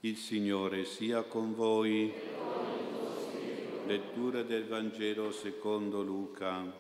Il Signore sia con voi. Lettura del Vangelo secondo Luca.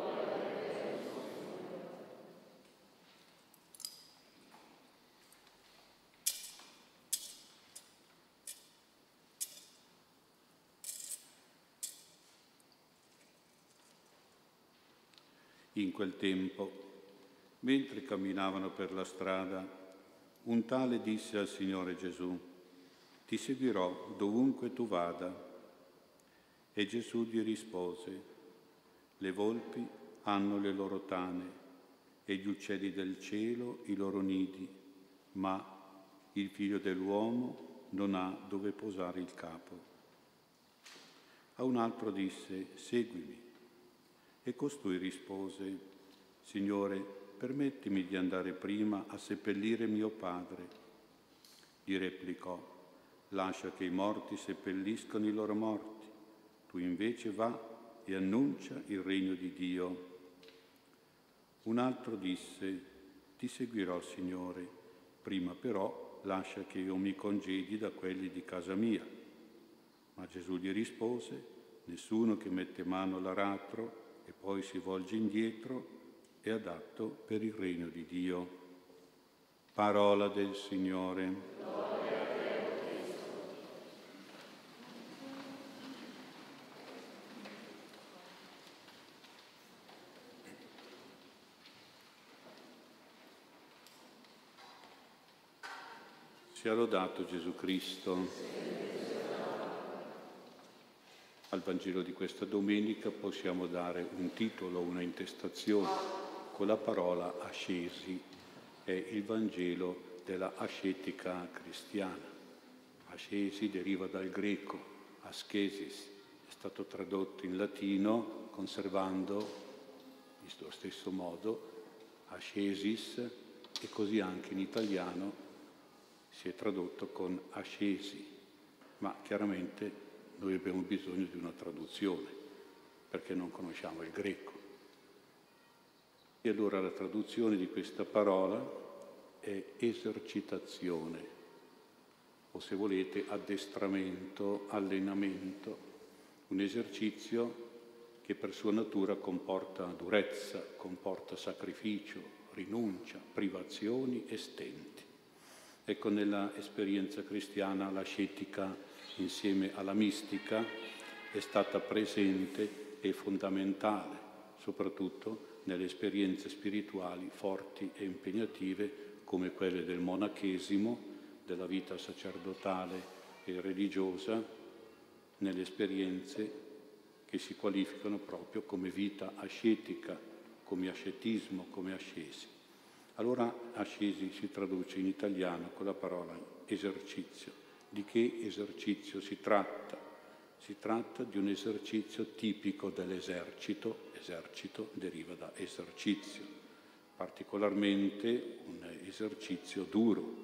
In quel tempo, mentre camminavano per la strada, un tale disse al Signore Gesù: «Ti seguirò dovunque tu vada». E Gesù gli rispose: «Le volpi hanno le loro tane e gli uccelli del cielo i loro nidi, ma il Figlio dell'uomo non ha dove posare il capo». A un altro disse: «Seguimi». E costui rispose: «Signore, permettimi di andare prima a seppellire mio padre». Gli replicò: «Lascia che i morti seppelliscano i loro morti, tu invece va e annuncia il regno di Dio». Un altro disse: «Ti seguirò, Signore, prima però lascia che io mi congedi da quelli di casa mia». Ma Gesù gli rispose: «Nessuno che mette mano all'aratro e poi si volge indietro è adatto per il regno di Dio». Parola del Signore. Sia lodato Gesù Cristo. Al Vangelo di questa domenica possiamo dare un titolo, una intestazione, con la parola ascesi. È il Vangelo della ascetica cristiana. Ascesi deriva dal greco, ascesis, è stato tradotto in latino conservando, in lo stesso modo, ascesis, e così anche in italiano si è tradotto con ascesi, ma chiaramente noi abbiamo bisogno di una traduzione, perché non conosciamo il greco. E allora la traduzione di questa parola è esercitazione, o se volete addestramento, allenamento, un esercizio che per sua natura comporta durezza, comporta sacrificio, rinuncia, privazioni e stenti. Ecco, nella esperienza cristiana l'ascetica insieme alla mistica è stata presente e fondamentale, soprattutto nelle esperienze spirituali forti e impegnative come quelle del monachesimo, della vita sacerdotale e religiosa, nelle esperienze che si qualificano proprio come vita ascetica, come ascetismo, come ascesi. Allora ascesi si traduce in italiano con la parola esercizio. Di che esercizio si tratta? Si tratta di un esercizio tipico dell'esercito. Esercito deriva da esercizio, particolarmente un esercizio duro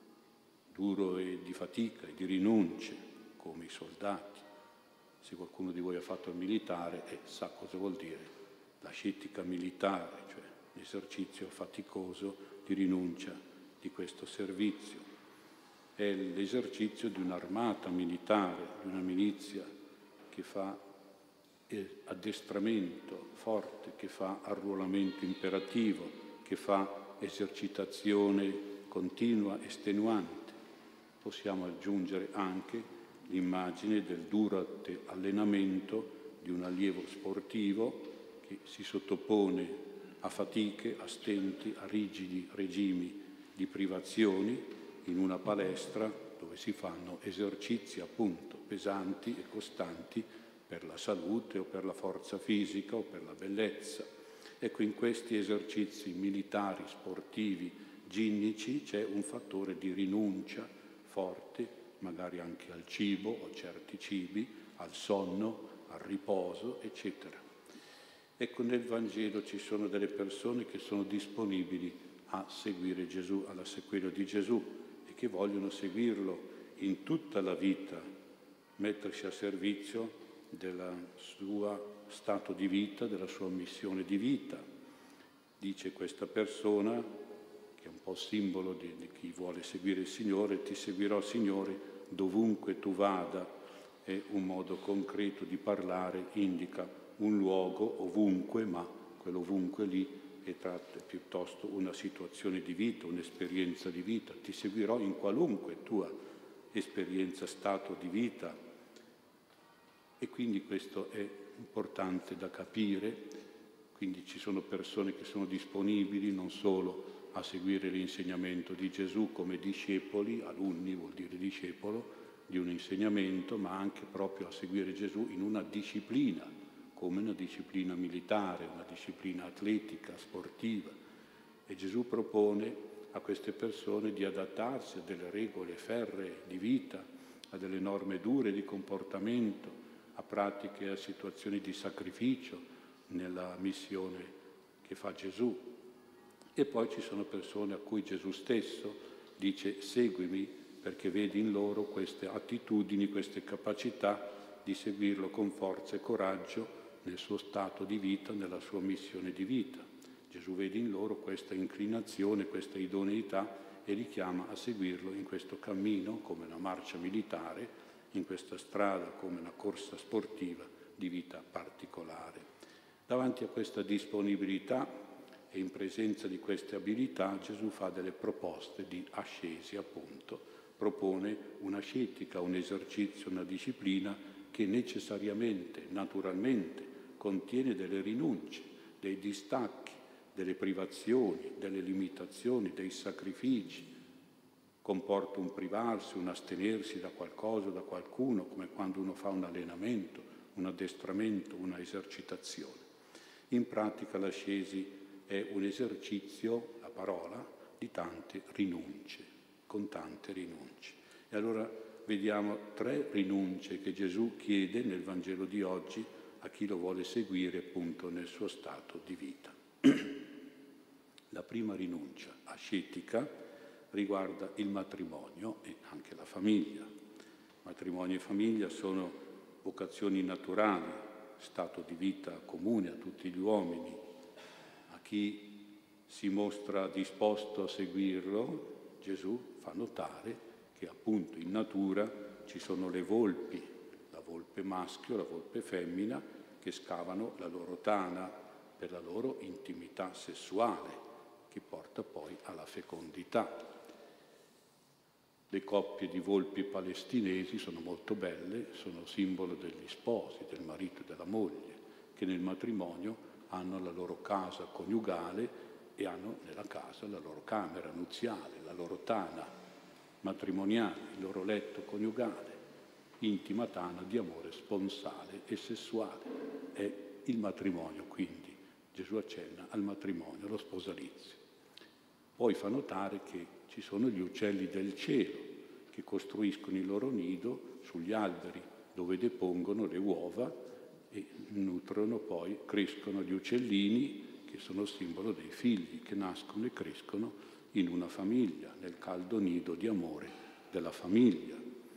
e di fatica e di rinunce, come i soldati. Se qualcuno di voi ha fatto il militare sa cosa vuol dire l'ascetica militare, cioè l'esercizio faticoso di rinuncia di questo servizio. È l'esercizio di un'armata militare, di una milizia che fa addestramento forte, che fa arruolamento imperativo, che fa esercitazione continua, estenuante. Possiamo aggiungere anche l'immagine del duro allenamento di un allievo sportivo che si sottopone a fatiche, a stenti, a rigidi regimi di privazioni in una palestra dove si fanno esercizi appunto pesanti e costanti per la salute o per la forza fisica o per la bellezza. Ecco, in questi esercizi militari, sportivi, ginnici c'è un fattore di rinuncia forte, magari anche al cibo o certi cibi, al sonno, al riposo, eccetera. Ecco, nel Vangelo ci sono delle persone che sono disponibili a seguire Gesù, alla sequela di Gesù, e che vogliono seguirlo in tutta la vita, mettersi a servizio del suo stato di vita, della sua missione di vita. Dice questa persona, che è un un po' simbolo di chi vuole seguire il Signore. Ti seguirò, Signore, dovunque tu vada. È un modo concreto di parlare, indica un luogo ovunque, ma quell'ovunque lì è piuttosto una situazione di vita, un'esperienza di vita. Ti seguirò in qualunque tua esperienza, stato di vita. E quindi questo è importante da capire. Quindi ci sono persone che sono disponibili non solo a seguire l'insegnamento di Gesù come discepoli, alunni vuol dire discepolo, di un insegnamento, ma anche proprio a seguire Gesù in una disciplina, come una disciplina militare, una disciplina atletica, sportiva. E Gesù propone a queste persone di adattarsi a delle regole ferree di vita, a delle norme dure di comportamento, a pratiche e a situazioni di sacrificio nella missione che fa Gesù. E poi ci sono persone a cui Gesù stesso dice: seguimi, perché vedi in loro queste attitudini, queste capacità di seguirlo con forza e coraggio nel suo stato di vita, nella sua missione di vita. Gesù vede in loro questa inclinazione, questa idoneità e li chiama a seguirlo in questo cammino come una marcia militare, in questa strada come una corsa sportiva di vita particolare. Davanti a questa disponibilità e in presenza di queste abilità Gesù fa delle proposte di ascesi, appunto. Propone un'ascetica, un esercizio, una disciplina che necessariamente, naturalmente, contiene delle rinunce, dei distacchi, delle privazioni, delle limitazioni, dei sacrifici. Comporta un privarsi, un astenersi da qualcosa, da qualcuno, come quando uno fa un allenamento, un addestramento, una esercitazione. In pratica l'ascesi è un esercizio, la parola, di tante rinunce, con tante rinunce. E allora vediamo 3 rinunce che Gesù chiede nel Vangelo di oggi a chi lo vuole seguire appunto nel suo stato di vita. La prima rinuncia ascetica riguarda il matrimonio e anche la famiglia. Matrimonio e famiglia sono vocazioni naturali, stato di vita comune a tutti gli uomini. A chi si mostra disposto a seguirlo, Gesù fa notare che appunto in natura ci sono le volpi, la volpe maschio, la volpe femmina, che scavano la loro tana per la loro intimità sessuale, che porta poi alla fecondità. Le coppie di volpi palestinesi sono molto belle, sono simbolo degli sposi, del marito e della moglie, che nel matrimonio hanno la loro casa coniugale e hanno nella casa la loro camera nuziale, la loro tana matrimoniale, il loro letto coniugale, intima tana di amore sponsale e sessuale. È il matrimonio, quindi Gesù accenna al matrimonio, allo sposalizio. Poi fa notare che ci sono gli uccelli del cielo che costruiscono il loro nido sugli alberi dove depongono le uova e nutrono poi, crescono gli uccellini che sono simbolo dei figli che nascono e crescono in una famiglia, nel caldo nido di amore della famiglia.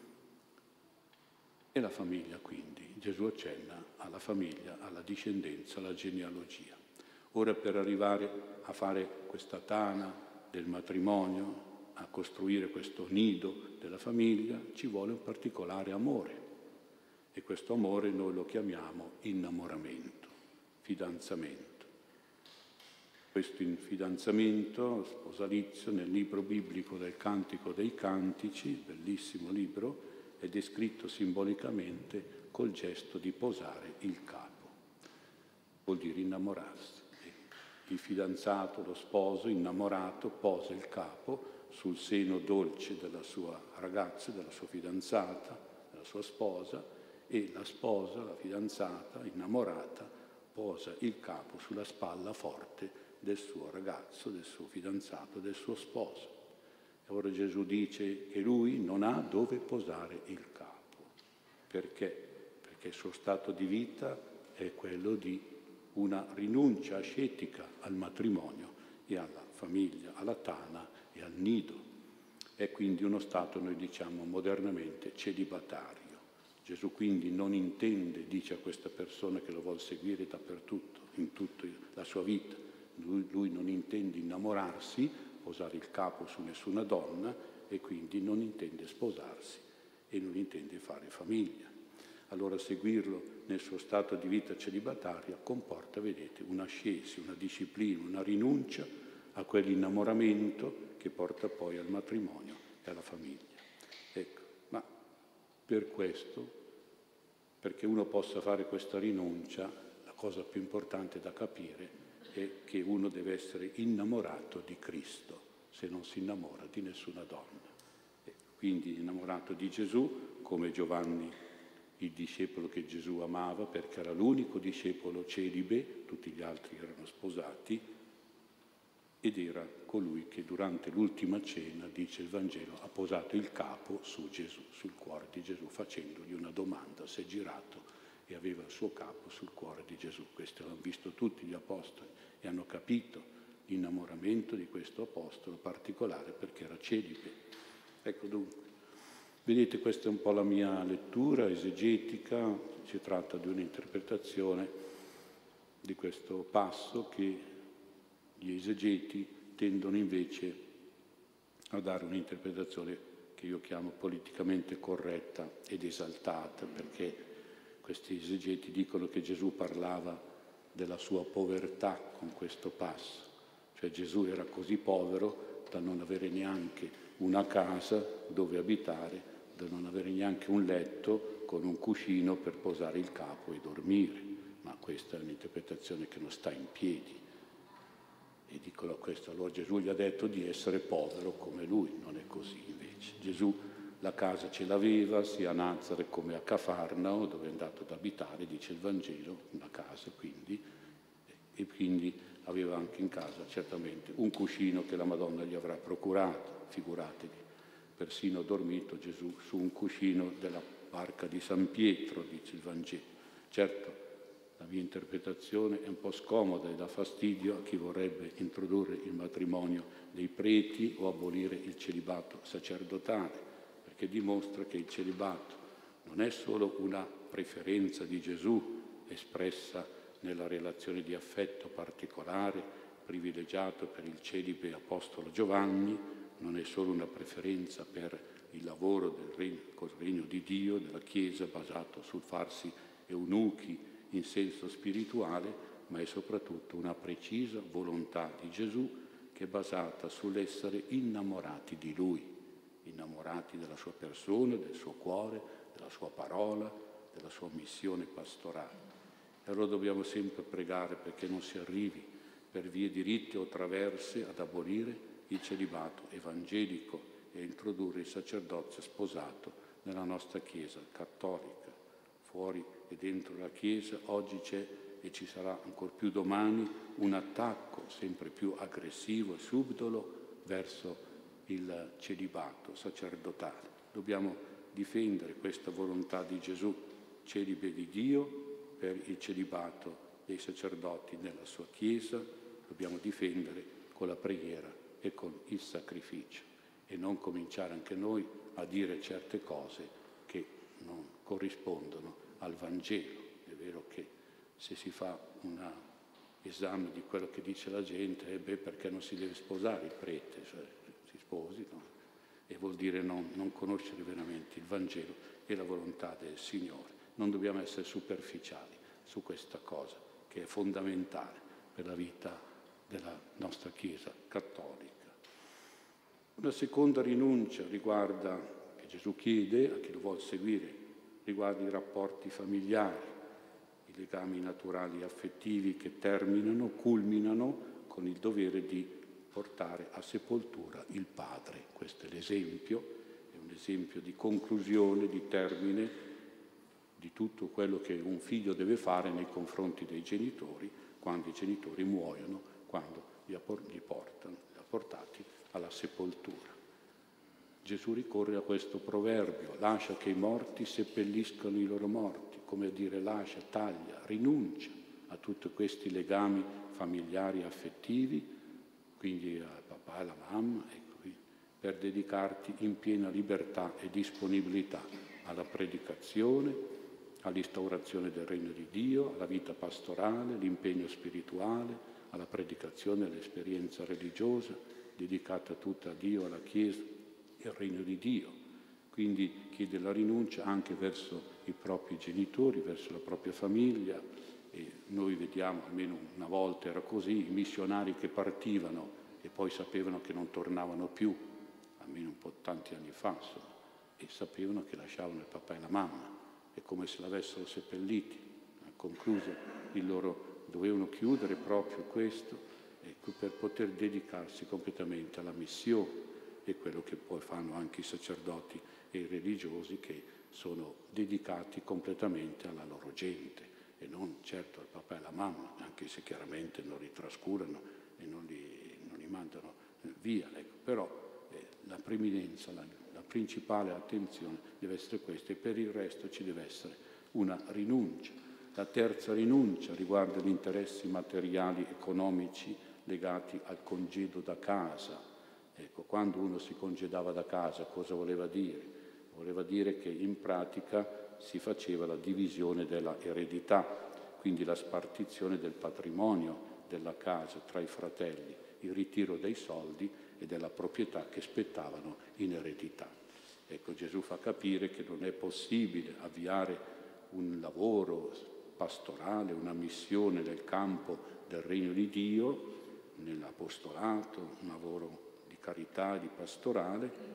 E la famiglia quindi, Gesù accenna alla famiglia, alla discendenza, alla genealogia. Ora per arrivare a fare questa tana del matrimonio, a costruire questo nido della famiglia, ci vuole un particolare amore. E questo amore noi lo chiamiamo innamoramento, fidanzamento. Questo fidanzamento, sposalizio, nel libro biblico del Cantico dei Cantici, bellissimo libro, è descritto simbolicamente col gesto di posare il capo. Vuol dire innamorarsi. Il fidanzato, lo sposo innamorato, posa il capo sul seno dolce della sua ragazza, della sua fidanzata, della sua sposa, e la sposa, la fidanzata innamorata, posa il capo sulla spalla forte del suo ragazzo, del suo fidanzato, del suo sposo. E ora Gesù dice che lui non ha dove posare il capo. Perché? Perché il suo stato di vita è quello di una rinuncia ascetica al matrimonio e alla famiglia, alla tana e al nido. È quindi uno stato, noi diciamo modernamente, celibatario. Gesù quindi non intende, dice a questa persona che lo vuol seguire dappertutto, in tutta la sua vita, lui non intende innamorarsi, posare il capo su nessuna donna e quindi non intende sposarsi e non intende fare famiglia. Allora seguirlo nel suo stato di vita celibataria comporta, vedete, un'ascesi, una disciplina, una rinuncia a quell'innamoramento che porta poi al matrimonio e alla famiglia. Ecco, ma per questo, perché uno possa fare questa rinuncia, la cosa più importante da capire è che uno deve essere innamorato di Cristo, se non si innamora di nessuna donna. Quindi innamorato di Gesù, come Giovanni, il discepolo che Gesù amava, perché era l'unico discepolo celibe, tutti gli altri erano sposati, ed era colui che durante l'ultima cena, dice il Vangelo, ha posato il capo su Gesù, sul cuore di Gesù, facendogli una domanda. Si è girato e aveva il suo capo sul cuore di Gesù. Questo l'hanno visto tutti gli apostoli e hanno capito l'innamoramento di questo apostolo particolare perché era celibe. Ecco dunque, vedete, questa è un po' la mia lettura esegetica, si tratta di un'interpretazione di questo passo che gli esegeti tendono invece a dare un'interpretazione che io chiamo politicamente corretta ed esaltata, perché questi esegeti dicono che Gesù parlava della sua povertà con questo passo, cioè Gesù era così povero da non avere neanche una casa dove abitare, da non avere neanche un letto con un cuscino per posare il capo e dormire. Ma questa è un'interpretazione che non sta in piedi. E dicono questo, allora Gesù gli ha detto di essere povero come lui, non è così invece. Gesù la casa ce l'aveva, sia a Nazareth come a Cafarnao, dove è andato ad abitare, dice il Vangelo, una casa quindi, e quindi aveva anche in casa certamente un cuscino che la Madonna gli avrà procurato, figuratevi, persino ha dormito Gesù su un cuscino della barca di San Pietro, dice il Vangelo. Certo, la mia interpretazione è un po' scomoda e dà fastidio a chi vorrebbe introdurre il matrimonio dei preti o abolire il celibato sacerdotale, perché dimostra che il celibato non è solo una preferenza di Gesù espressa nella relazione di affetto particolare, privilegiato per il celibe apostolo Giovanni, non è solo una preferenza per il lavoro col regno di Dio, della Chiesa, basato sul farsi eunuchi in senso spirituale, ma è soprattutto una precisa volontà di Gesù che è basata sull'essere innamorati di Lui, innamorati della sua persona, del suo cuore, della sua parola, della sua missione pastorale. E allora dobbiamo sempre pregare perché non si arrivi per vie diritte o traverse ad abolire il celibato evangelico e introdurre il sacerdozio sposato nella nostra Chiesa cattolica. Fuori e dentro la Chiesa oggi c'è e ci sarà ancor più domani un attacco sempre più aggressivo e subdolo verso il celibato sacerdotale. Dobbiamo difendere questa volontà di Gesù, celibe di Dio, per il celibato dei sacerdoti nella sua Chiesa, dobbiamo difendere con la preghiera e con il sacrificio e non cominciare anche noi a dire certe cose che non corrispondono al Vangelo. È vero che se si fa un esame di quello che dice la gente, perché non si deve sposare il prete, cioè si sposi, no? E vuol dire non conoscere veramente il Vangelo e la volontà del Signore. Non dobbiamo essere superficiali su questa cosa che è fondamentale per la vita della nostra Chiesa cattolica. Una seconda rinuncia riguarda, che Gesù chiede a chi lo vuol seguire, riguarda i rapporti familiari, i legami naturali e affettivi che terminano, culminano con il dovere di portare a sepoltura il padre. Questo è l'esempio, è un esempio di conclusione, di termine di tutto quello che un figlio deve fare nei confronti dei genitori quando i genitori muoiono, quando li ha portati alla sepoltura. Gesù ricorre a questo proverbio, lascia che i morti seppelliscano i loro morti, come a dire lascia, taglia, rinuncia a tutti questi legami familiari e affettivi, quindi al papà e alla mamma, per dedicarti in piena libertà e disponibilità alla predicazione, all'instaurazione del regno di Dio, alla vita pastorale, all'impegno spirituale, alla predicazione, all'esperienza religiosa, dedicata tutta a Dio, alla Chiesa e al Regno di Dio. Quindi chiede la rinuncia anche verso i propri genitori, verso la propria famiglia. E noi vediamo, almeno una volta era così, i missionari che partivano e poi sapevano che non tornavano più, almeno un po' tanti anni fa, insomma, e sapevano che lasciavano il papà e la mamma, è come se l'avessero seppelliti. Ha concluso il loro, dovevano chiudere proprio questo, ecco, per poter dedicarsi completamente alla missione, e quello che poi fanno anche i sacerdoti e i religiosi, che sono dedicati completamente alla loro gente e non certo al papà e alla mamma, anche se chiaramente non li trascurano e non li mandano via, ecco. Però la preminenza, la principale attenzione deve essere questa, e per il resto ci deve essere una rinuncia. La terza rinuncia riguarda gli interessi materiali, economici legati al congedo da casa. Ecco, quando uno si congedava da casa, cosa voleva dire? Voleva dire che in pratica si faceva la divisione della eredità, quindi la spartizione del patrimonio della casa tra i fratelli, il ritiro dei soldi e della proprietà che spettavano in eredità. Ecco, Gesù fa capire che non è possibile avviare un lavoro pastorale, una missione nel campo del Regno di Dio, nell'apostolato, un lavoro di carità, di pastorale,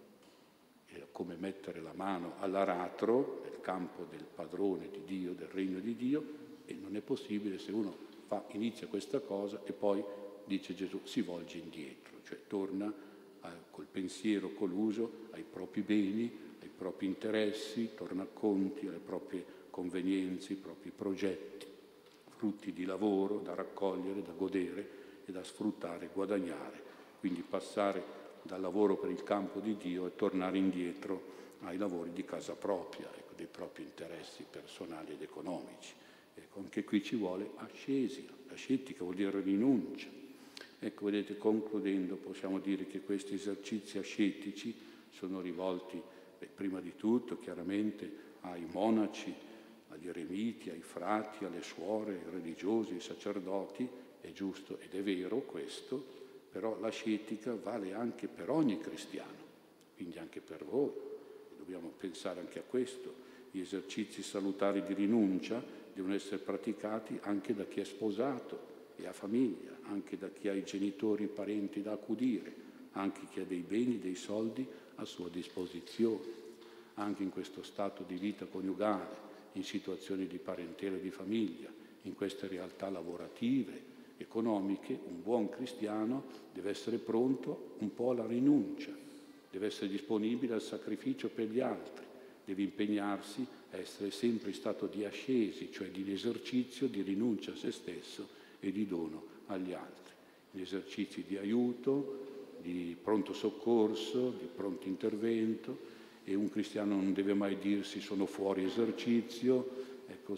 come mettere la mano all'aratro nel campo del padrone di Dio, del Regno di Dio, e non è possibile se uno inizia questa cosa e poi, dice Gesù, si volge indietro, cioè torna col pensiero coluso ai propri beni, ai propri interessi, torna a conti, alle proprie convenienze, ai propri progetti, frutti di lavoro da raccogliere, da godere e da sfruttare, guadagnare. Quindi passare dal lavoro per il campo di Dio e tornare indietro ai lavori di casa propria, ecco, dei propri interessi personali ed economici. Ecco, anche qui ci vuole ascesia. Ascetica vuol dire rinuncia. Ecco, vedete, concludendo, possiamo dire che questi esercizi ascetici sono rivolti, prima di tutto, chiaramente, ai monaci, agli eremiti, ai frati, alle suore, ai religiosi, ai sacerdoti. È giusto ed è vero questo, però l'ascetica vale anche per ogni cristiano, quindi anche per voi. Dobbiamo pensare anche a questo. Gli esercizi salutari di rinuncia devono essere praticati anche da chi è sposato e ha famiglia, anche da chi ha i genitori, i parenti da accudire, anche chi ha dei beni, dei soldi a sua disposizione, anche in questo stato di vita coniugale, in situazioni di parentela e di famiglia, in queste realtà lavorative, economiche. Un buon cristiano deve essere pronto un po' alla rinuncia, deve essere disponibile al sacrificio per gli altri, deve impegnarsi a essere sempre in stato di ascesi, cioè di esercizio, di rinuncia a se stesso e di dono agli altri, in esercizi di aiuto, di pronto soccorso, di pronto intervento. E un cristiano non deve mai dirsi sono fuori esercizio, ecco,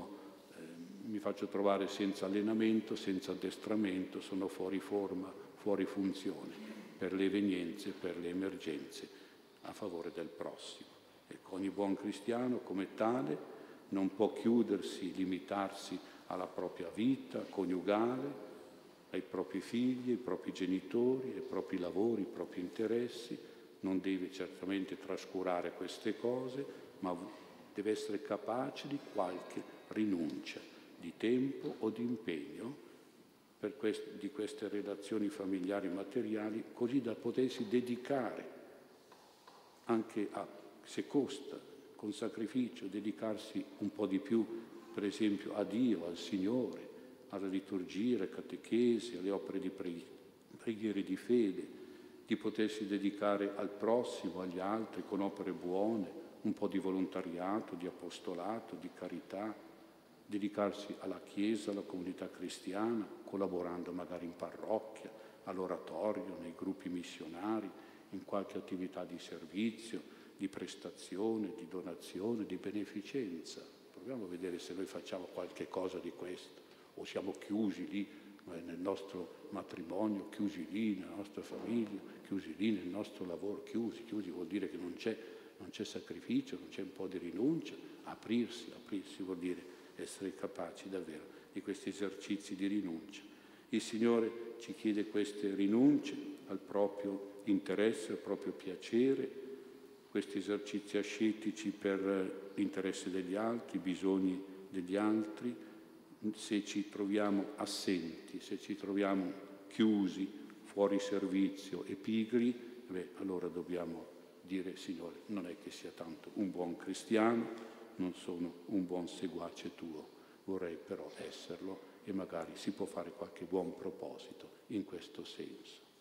mi faccio trovare senza allenamento, senza addestramento, sono fuori forma, fuori funzione, per le evenienze, per le emergenze, a favore del prossimo. Ecco, ogni buon cristiano come tale non può chiudersi, limitarsi alla propria vita coniugale, ai propri figli, ai propri genitori, ai propri lavori, ai propri interessi. Non deve certamente trascurare queste cose, ma deve essere capace di qualche rinuncia, di tempo o di impegno di queste relazioni familiari materiali, così da potersi dedicare anche se costa, con sacrificio, dedicarsi un po' di più, per esempio, a Dio, al Signore, alla liturgia, alle catechesi, alle opere di preghiere di fede, di potersi dedicare al prossimo, agli altri, con opere buone, un po' di volontariato, di apostolato, di carità, dedicarsi alla Chiesa, alla comunità cristiana, collaborando magari in parrocchia, all'oratorio, nei gruppi missionari, in qualche attività di servizio, di prestazione, di donazione, di beneficenza. Proviamo a vedere se noi facciamo qualche cosa di questo, o siamo chiusi lì nel nostro matrimonio, chiusi lì nella nostra famiglia, chiusi lì nel nostro lavoro. Chiusi vuol dire che non c'è sacrificio, non c'è un po' di rinuncia. Aprirsi vuol dire essere capaci davvero di questi esercizi di rinuncia. Il Signore ci chiede queste rinunce al proprio interesse, al proprio piacere, questi esercizi ascetici per l'interesse degli altri, i bisogni degli altri. Se ci troviamo assenti, se ci troviamo chiusi, fuori servizio e pigri, allora dobbiamo dire: Signore, non è che sia tanto un buon cristiano, non sono un buon seguace tuo, vorrei però esserlo, e magari si può fare qualche buon proposito in questo senso.